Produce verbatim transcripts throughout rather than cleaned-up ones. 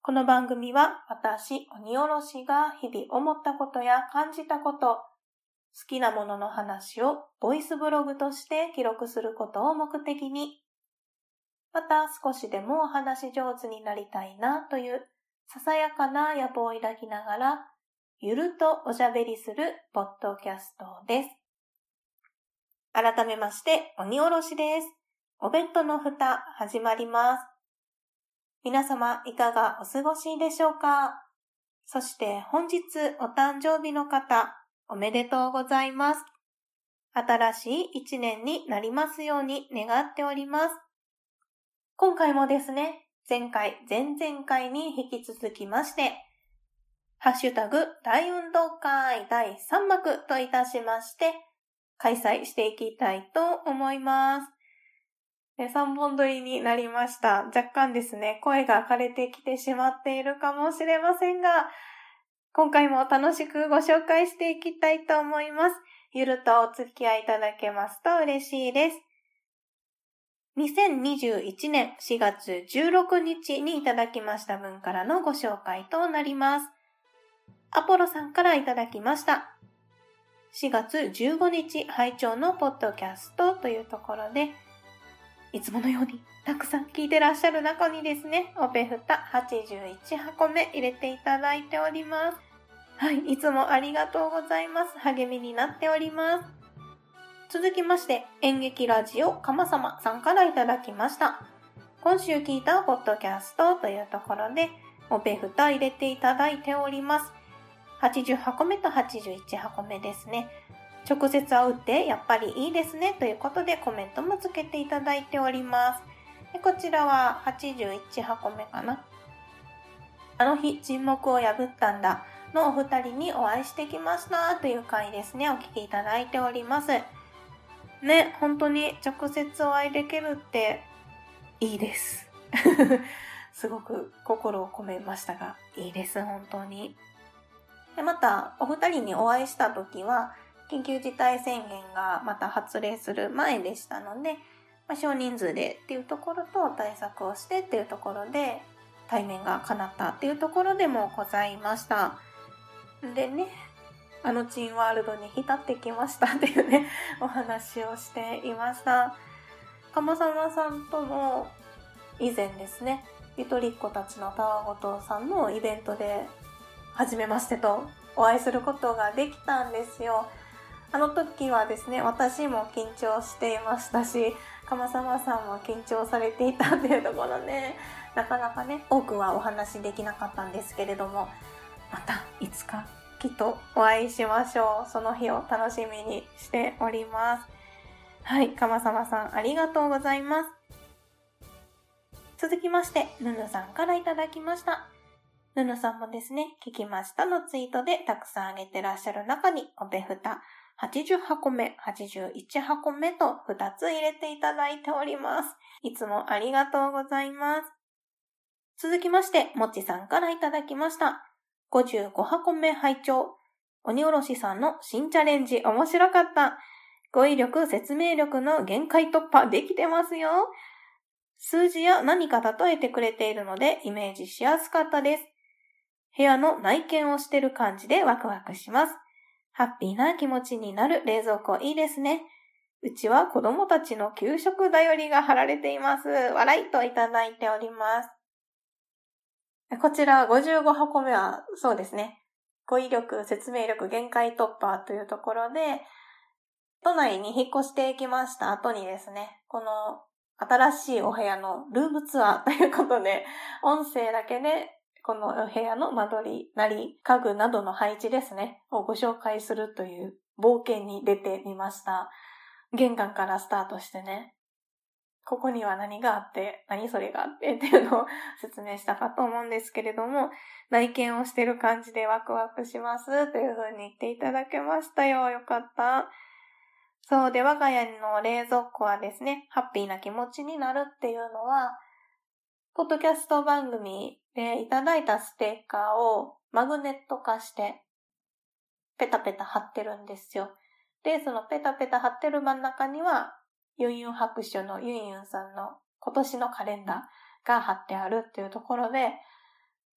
この番組は私、鬼おろしが日々思ったことや感じたこと、好きなものの話をボイスブログとして記録することを目的に、また少しでもお話上手になりたいなというささやかな野望を抱きながら、ゆるとおしゃべりするポッドキャストです。改めまして、鬼おろしです。お弁当の蓋始まります。皆様いかがお過ごしでしょうか。そして本日お誕生日の方、おめでとうございます。新しい一年になりますように願っております。今回もですね、前回、前々回に引き続きまして、ハッシュタグ大運動会だいさん幕といたしまして、開催していきたいと思います。さんぼん撮りになりました。若干ですね、声が枯れてきてしまっているかもしれませんが、今回も楽しくご紹介していきたいと思います。ゆるとお付き合いいただけますと嬉しいです。にせんにじゅういちねんしがつじゅうろくにちにいただきました分からのご紹介となります。アポロさんからいただきました。しがつじゅうごにち拝聴のポッドキャストというところで、いつものようにたくさん聞いてらっしゃる中にですね、おべふたはちじゅういちはこめ入れていただいております。はい、いつもありがとうございます。励みになっております。続きまして、演劇ラジオかまさまさんからいただきました。今週聞いたポッドキャストというところで、おべふた入れていただいております。はちじゅうはこめとはちじゅういちはこめですね。直接会うってやっぱりいいですねということでコメントもつけていただいております。でこちらははちじゅういちはこめかな。あの日沈黙を破ったんだのお二人にお会いしてきましたという回ですね、お聞きいただいております。ね、本当に直接お会いできるっていいです。すごく心を込めましたが、いいです本当に。でまたお二人にお会いした時は緊急事態宣言がまた発令する前でしたので、まあ、少人数でっていうところと対策をしてっていうところで対面が叶ったっていうところでもございました。でね、あのチンワールドに浸ってきましたっていうね、お話をしていました。かまさまさんとも以前ですね、ゆとりっ子たちのたわごとさんのイベントで初めましてとお会いすることができたんですよ。あの時はですね、私も緊張していましたし、かまさまさんも緊張されていたっていうところね、なかなかね、多くはお話できなかったんですけれども、またいつかきっとお会いしましょう。その日を楽しみにしております。はい、かまさまさんありがとうございます。続きまして、ぬぬさんからいただきました。ぬぬさんもですね、聞きましたのツイートでたくさんあげてらっしゃる中に、おべふたはちじゅうはこめ、はちじゅういちはこめとふたつ入れていただいております。いつもありがとうございます。続きまして、もちさんからいただきました。ごじゅうごはこめ拝聴。鬼おろしさんの新チャレンジ面白かった。語彙力、説明力の限界突破できてますよ。数字や何か例えてくれているのでイメージしやすかったです。部屋の内見をしてる感じでワクワクします。ハッピーな気持ちになる冷蔵庫いいですね。うちは子供たちの給食だよりが貼られています。笑いといただいております。こちらごじゅうごはこめはそうですね。語彙力、説明力、限界突破というところで、都内に引っ越していきました後にですね、この新しいお部屋のルームツアーということで、音声だけでこのお部屋の間取りなり家具などの配置ですねをご紹介するという冒険に出てみました。玄関からスタートしてね、ここには何があって何それがあってっていうのを説明したかと思うんですけれども、内見をしてる感じでワクワクしますという風に言っていただけましたよ。よかった。そうで、我が家の冷蔵庫はですね、ハッピーな気持ちになるっていうのは、ポッドキャスト番組でいただいたステッカーをマグネット化してペタペタ貼ってるんですよ。で、そのペタペタ貼ってる真ん中にはユンユン白書のユンユンさんの今年のカレンダーが貼ってあるっていうところで、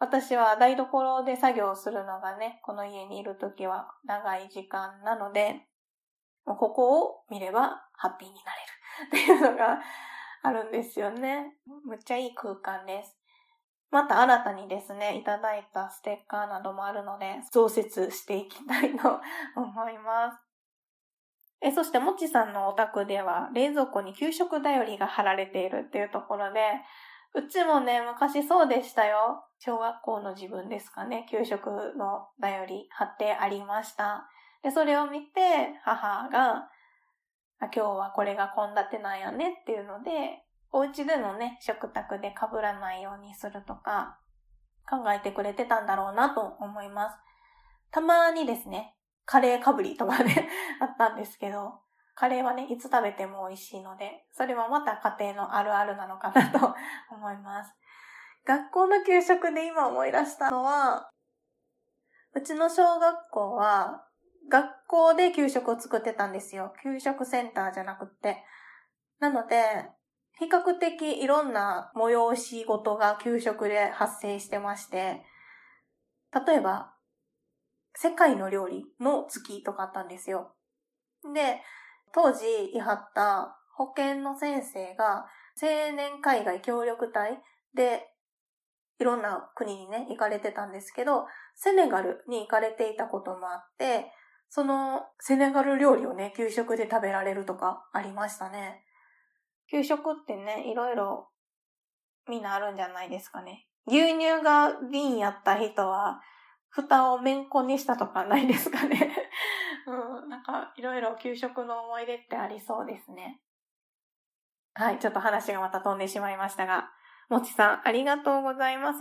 私は台所で作業をするのがね、この家にいるときは長い時間なので、もうここを見ればハッピーになれるっていうのがあるんですよね。むっちゃいい空間です。また新たにですね、いただいたステッカーなどもあるので、増設していきたいと思います。え、そしてもちさんのお宅では冷蔵庫に給食だよりが貼られているっていうところで、うちもね、昔そうでしたよ。小学校の自分ですかね、給食のだより貼ってありました。で、それを見て母が、今日はこれが献立なんやねっていうので、お家でのね、食卓で被らないようにするとか、考えてくれてたんだろうなと思います。たまにですね、カレーかぶりとかね、あったんですけど、カレーはね、いつ食べても美味しいので、それもまた家庭のあるあるなのかなと思います。学校の給食で今思い出したのは、うちの小学校は、学校で給食を作ってたんですよ。給食センターじゃなくって。なので、比較的いろんな催し事が給食で発生してまして、例えば、世界の料理の月とかあったんですよ。で、当時いはった保健の先生が青年海外協力隊でいろんな国にね、行かれてたんですけど、セネガルに行かれていたこともあって、そのセネガル料理をね、給食で食べられるとかありましたね。給食ってね、いろいろみんなあるんじゃないですかね。牛乳が瓶やった人は、蓋をめんこにしたとかないですかね。うん、なんかいろいろ給食の思い出ってありそうですね。はい、ちょっと話がまた飛んでしまいましたが、もちさんありがとうございます。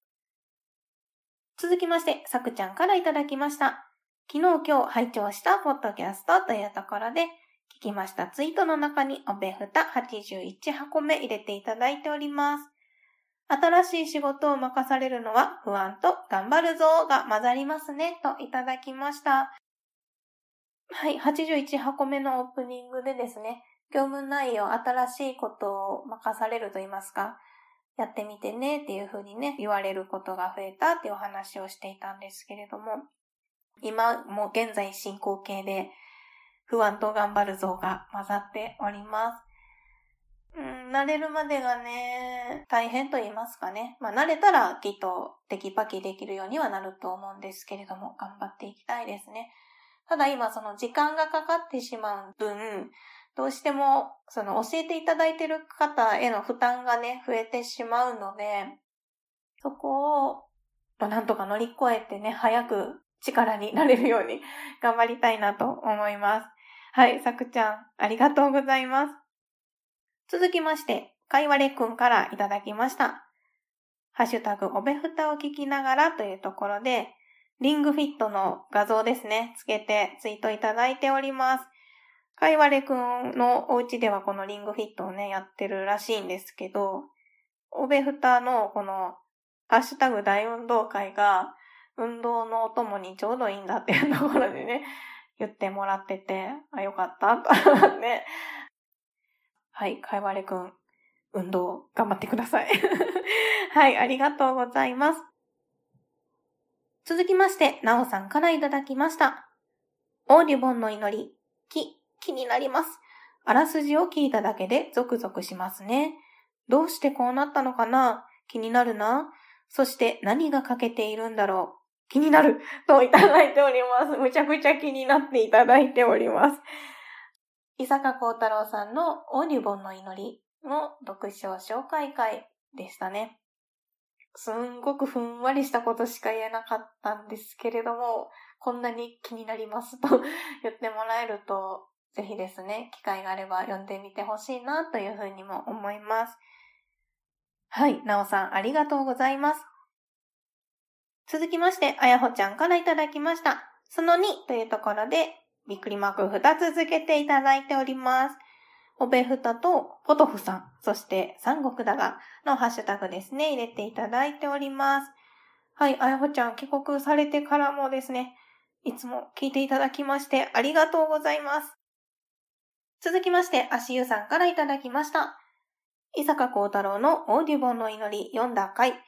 続きまして、さくちゃんからいただきました。昨日今日拝聴したポッドキャストというところで、聞きましたツイートの中におべふたはちじゅういち箱目入れていただいております。新しい仕事を任されるのは不安と頑張るぞが混ざりますねといただきました。はい、はちじゅういち箱目のオープニングでですね、業務内容、新しいことを任されると言いますか、やってみてねっていう風にね、言われることが増えたっていうお話をしていたんですけれども、今も現在進行形で不安と頑張るぞが混ざっております。うん、慣れるまでがね、大変と言いますかね。まあ慣れたらきっとテキパキできるようにはなると思うんですけれども、頑張っていきたいですね。ただ今その時間がかかってしまう分、どうしてもその教えていただいている方への負担がね、増えてしまうので、そこをなんとか乗り越えてね、早く力になれるように頑張りたいなと思います。はい、さくちゃん、ありがとうございます。続きまして、かいわれくんからいただきました。ハッシュタグおべふたを聞きながらというところで、リングフィットの画像ですね、つけてツイートいただいております。かいわれくんのお家ではこのリングフィットをね、やってるらしいんですけど、おべふたのこのハッシュタグ大運動会が運動のお供にちょうどいいんだっていうところでね、言ってもらってて、あ、よかったとね。はい、かいわれくん、運動頑張ってください。はい、ありがとうございます。続きまして、なおさんからいただきました。オーディボンの祈り、気、気になります。あらすじを聞いただけでゾクゾクしますね。どうしてこうなったのかな？気になるな。そして何が欠けているんだろう。気になるといただいております。むちゃくちゃ気になっていただいております。伊坂幸太郎さんのオーディボンの祈りの読書紹介会でしたね。すんごくふんわりしたことしか言えなかったんですけれども、こんなに気になりますと言ってもらえると、ぜひですね、機会があれば読んでみてほしいなというふうにも思います。はい、なおさんありがとうございます。続きまして、あやほちゃんからいただきました。そのにというところで、びっくりマークふたつ続けていただいております。おべふたとポトフさん、そして三国だがのハッシュタグですね、入れていただいております。はい、あやほちゃん帰国されてからもですね、いつも聞いていただきましてありがとうございます。続きまして、足湯さんからいただきました。伊坂幸太郎のオーディボンの祈り読んだ回、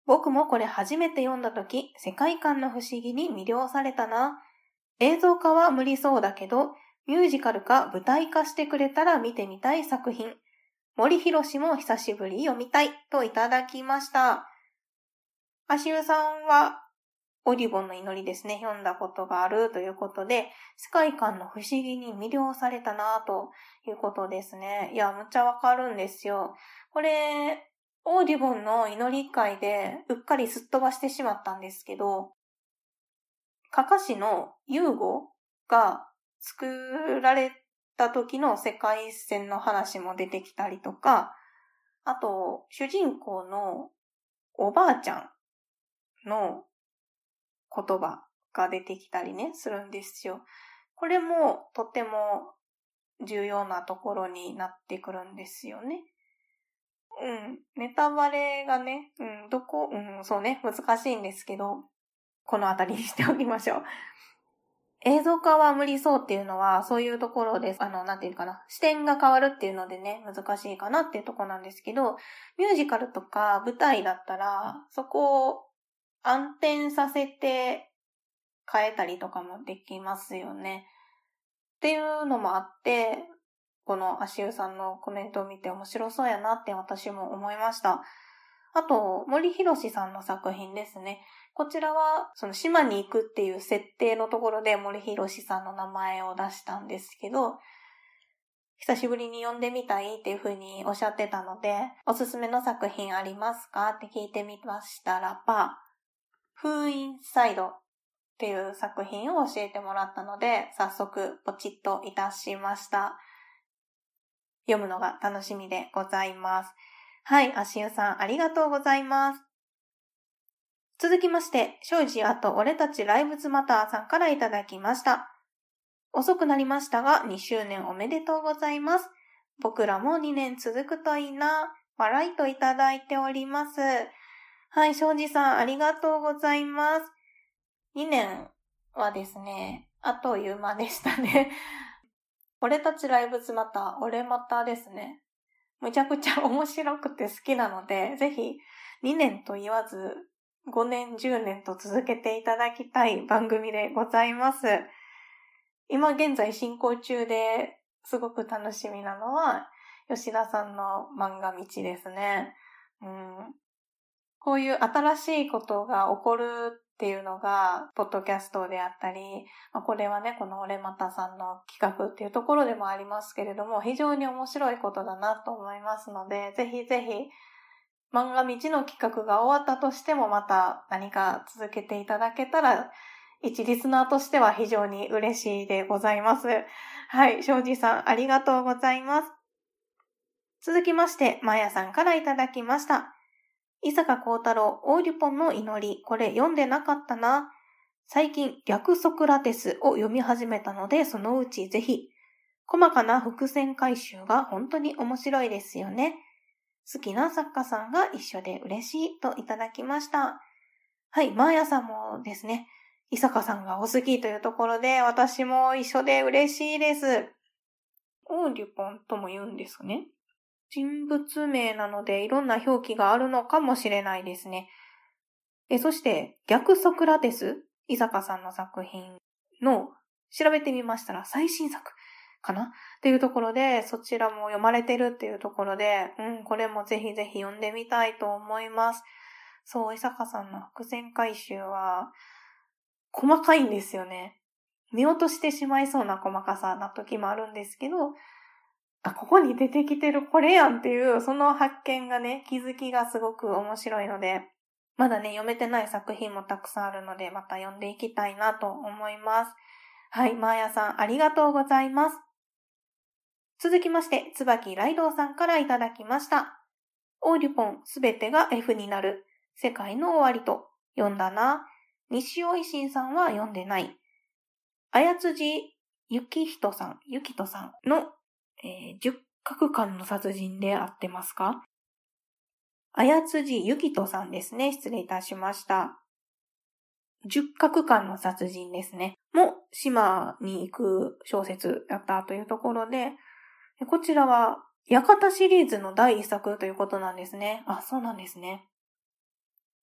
僕もこれ初めて読んだとき、世界観の不思議に魅了されたな。映像化は無理そうだけど、ミュージカルか舞台化してくれたら見てみたい作品。森博も久しぶり読みたいといただきました。足湯さんはオディボンの祈りですね、読んだことがあるということで、世界観の不思議に魅了されたなということですね。いや、むっちゃわかるんですよ。これ、オーディボンの祈り会でうっかりすっ飛ばしてしまったんですけど、かかしのユーゴが作られた時の世界線の話も出てきたりとか、あと、主人公のおばあちゃんの言葉が出てきたりね、するんですよ。これもとても重要なところになってくるんですよね。うん。ネタバレがね、うん、どこ、うん、そうね、難しいんですけど、このあたりにしておきましょう。映像化は無理そうっていうのは、そういうところです。あの、なんていうかな。視点が変わるっていうのでね、難しいかなっていうところなんですけど、ミュージカルとか舞台だったら、そこを暗転させて変えたりとかもできますよね。っていうのもあって、この足湯さんのコメントを見て面白そうやなって私も思いました。あと、森博さんの作品ですね。こちらは、その島に行くっていう設定のところで森博さんの名前を出したんですけど、久しぶりに読んでみたいっていうふうにおっしゃってたので、おすすめの作品ありますかって聞いてみましたらば、封印サイドっていう作品を教えてもらったので、早速ポチッといたしました。読むのが楽しみでございます。はい、足湯さんありがとうございます。続きまして、庄司あと俺たちライブズマターさんからいただきました。遅くなりましたが、にしゅうねんおめでとうございます。僕らもにねん続くといいな。笑いといただいております。はい、庄司さんありがとうございます。にねんはですね、あっという間でしたね。俺たちライブズマター、俺またですね。むちゃくちゃ面白くて好きなので、ぜひにねんと言わずごねん、じゅうねんと続けていただきたい番組でございます。今現在進行中ですごく楽しみなのは吉田さんの漫画道ですね。うん、こういう新しいことが起こるっていうのがポッドキャストであったり、まあ、これはねこの俺またさんの企画っていうところでもありますけれども、非常に面白いことだなと思いますので、ぜひぜひ漫画道の企画が終わったとしてもまた何か続けていただけたら一リスナーとしては非常に嬉しいでございます。はい、庄司さんありがとうございます。続きましてまやさんからいただきました。伊坂幸太郎オーデュポンの祈り、これ読んでなかったな。最近逆ソクラテスを読み始めたのでそのうちぜひ。細かな伏線回収が本当に面白いですよね。好きな作家さんが一緒で嬉しいといただきました。はい、マーヤさんもですね、伊坂さんがお好きというところで、私も一緒で嬉しいです。オーデュポンとも言うんですね。人物名なのでいろんな表記があるのかもしれないですね。えそして、逆ソクラテス、伊坂さんの作品の調べてみましたら最新作かなっていうところで、そちらも読まれてるっていうところで、うん、これもぜひぜひ読んでみたいと思います。そう、伊坂さんの伏線回収は、細かいんですよね。見落としてしまいそうな細かさな時もあるんですけど、あ、ここに出てきてるこれやんっていう、その発見がね、気づきがすごく面白いので、まだね、読めてない作品もたくさんあるので、また読んでいきたいなと思います。はい、マーヤさんありがとうございます。続きまして、椿ライドウさんからいただきました。オーデュポンすべてが F になる。世界の終わりと。読んだな。西尾維新さんは読んでない。綾辻ゆきひとさん、ゆきとさんの、えー、十角館の殺人で合ってますか？綾辻ゆきとさんですね。失礼いたしました。十角館の殺人ですね。も島に行く小説だったというところで、こちらは館シリーズのだいいっさくということなんですね。あ、そうなんですね。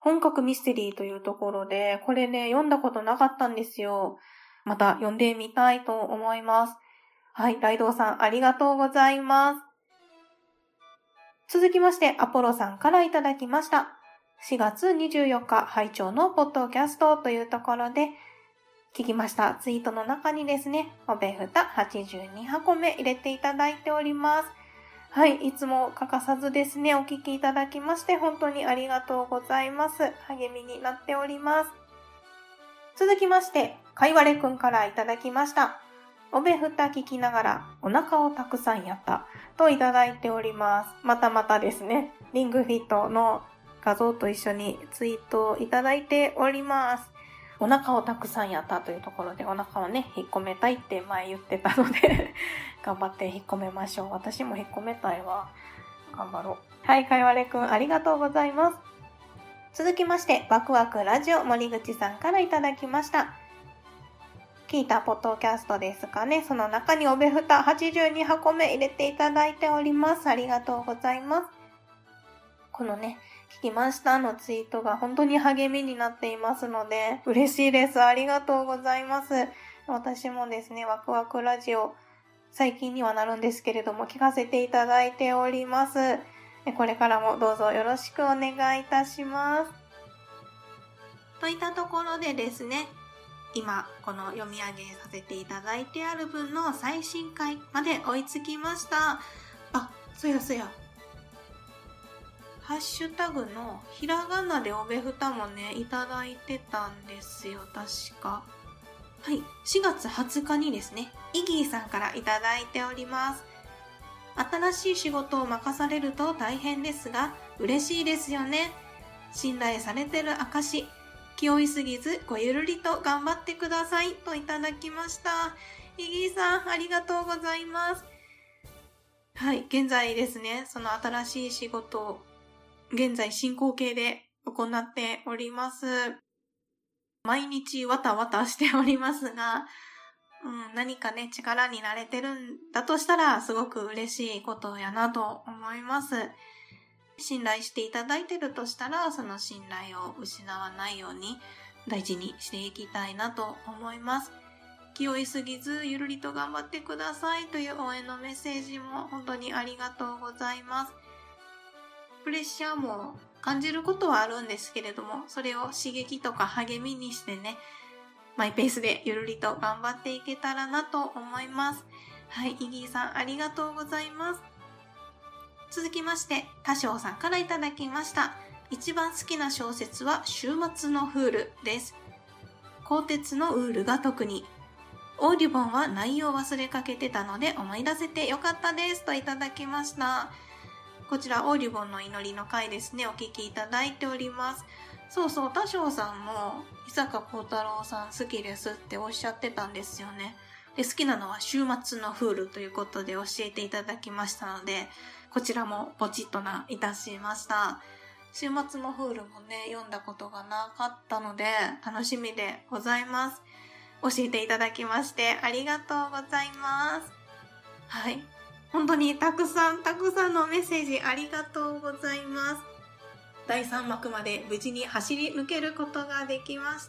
本格ミステリーというところで、これね、読んだことなかったんですよ。また読んでみたいと思います。はい、ライドウさんありがとうございます。続きまして、アポロさんからいただきました。しがつにじゅうよっか、拝聴のポッドキャストというところで、聞きましたツイートの中にですね、おべふたはちじゅうにはこめ入れていただいております。はい、いつも欠かさずですね、お聞きいただきまして本当にありがとうございます。励みになっております。続きまして、かいわれくんからいただきました。おべふた聞きながらお腹をたくさんやったといただいております。またまたですね、リングフィットの画像と一緒にツイートをいただいております。お腹をたくさんやったというところで、お腹をね、引っ込めたいって前言ってたので、頑張って引っ込めましょう。私も引っ込めたいわ。頑張ろう。はい、かいわれくんありがとうございます。続きまして、ワクワクラジオ森口さんからいただきました。聞いたポッドキャストですかね。その中におべふたはちじゅうにはこめ入れていただいております。ありがとうございます。このね、聞きましたのツイートが本当に励みになっていますので、嬉しいです。ありがとうございます。私もですね、ワクワクラジオ、最近にはなるんですけれども、聞かせていただいております。これからもどうぞよろしくお願いいたします。といったところでですね、今この読み上げさせていただいてある分の最新回まで追いつきました。あ、そうやそうや。ハッシュタグのひらがなでおべふたもね、いただいてたんですよ、確か。はい、しがつはつかにですね、イギーさんからいただいております。新しい仕事を任されると大変ですが、嬉しいですよね。信頼されてる証。気負いすぎずごゆるりと頑張ってくださいといただきました。イギーさんありがとうございます。はい、現在ですね、その新しい仕事を現在進行形で行っております。毎日わたわたしておりますが、うん、何かね力になれてるんだとしたらすごく嬉しいことやなと思います。信頼していただいてるとしたら、その信頼を失わないように大事にしていきたいなと思います。気負いすぎずゆるりと頑張ってくださいという応援のメッセージも本当にありがとうございます。プレッシャーも感じることはあるんですけれども、それを刺激とか励みにしてね、マイペースでゆるりと頑張っていけたらなと思います。はい、イギーさんありがとうございます。続きまして、多少さんからいただきました。一番好きな小説は週末のフールです。鋼鉄のウールが特に。オーディボンは内容忘れかけてたので思い出せてよかったですといただきました。こちらオーディボンの祈りの回ですね、お聞きいただいております。そうそう、多少さんも伊坂幸太郎さん好きですっておっしゃってたんですよね。で、好きなのは週末のフールということで教えていただきましたので、こちらもポチッとないたしました。週末のフールもね、読んだことがなかったので楽しみでございます。教えていただきましてありがとうございます。はい、本当にたくさんたくさんのメッセージありがとうございます。だいさん幕まで無事に走り抜けることができました。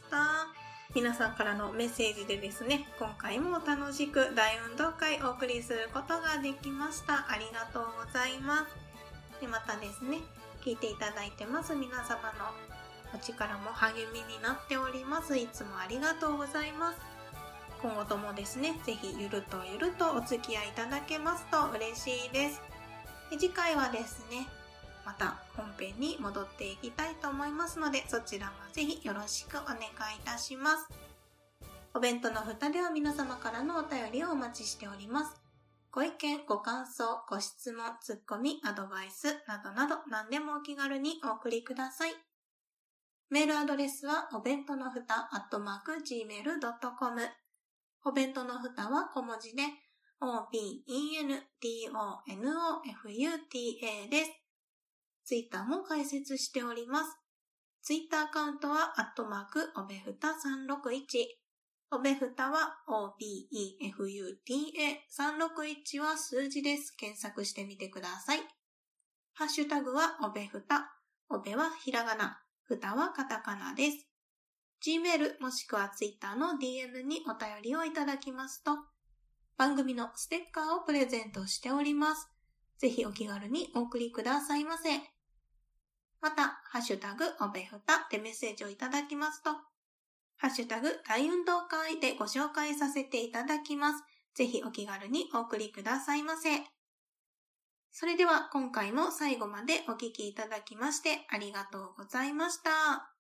皆さんからのメッセージでですね、今回も楽しく大運動会をお送りすることができました。ありがとうございます。でまたですね、聞いていただいてます皆様のお力も励みになっております。いつもありがとうございます。今後ともですね、ぜひゆるとゆるとお付き合いいただけますと嬉しいです。で次回はですね、また本編に戻っていきたいと思いますので、そちらもぜひよろしくお願いいたします。お弁当の蓋では皆様からのお便りをお待ちしております。ご意見、ご感想、ご質問、ツッコミ、アドバイスなどなど何でもお気軽にお送りください。メールアドレスはお弁当のふたアットマークジーメールドットコム。お弁当のふたは小文字で オービーイーエヌティーオーエヌオーエフユーティーエー です。ツイッターも開設しております。ツイッターアカウントはアットマークおべふたさんろくいち。おべふたは オービーイーエフユーティーエーさんろくいち は数字です。検索してみてください。ハッシュタグはおべふた。おべはひらがな。 ふたはカタカナです。Gmail もしくは Twitter の ディーエム にお便りをいただきますと、番組のステッカーをプレゼントしております。ぜひお気軽にお送りくださいませ。また、ハッシュタグおべふたでメッセージをいただきますと、ハッシュタグ大運動会でご紹介させていただきます。ぜひお気軽にお送りくださいませ。それでは今回も最後までお聞きいただきましてありがとうございました。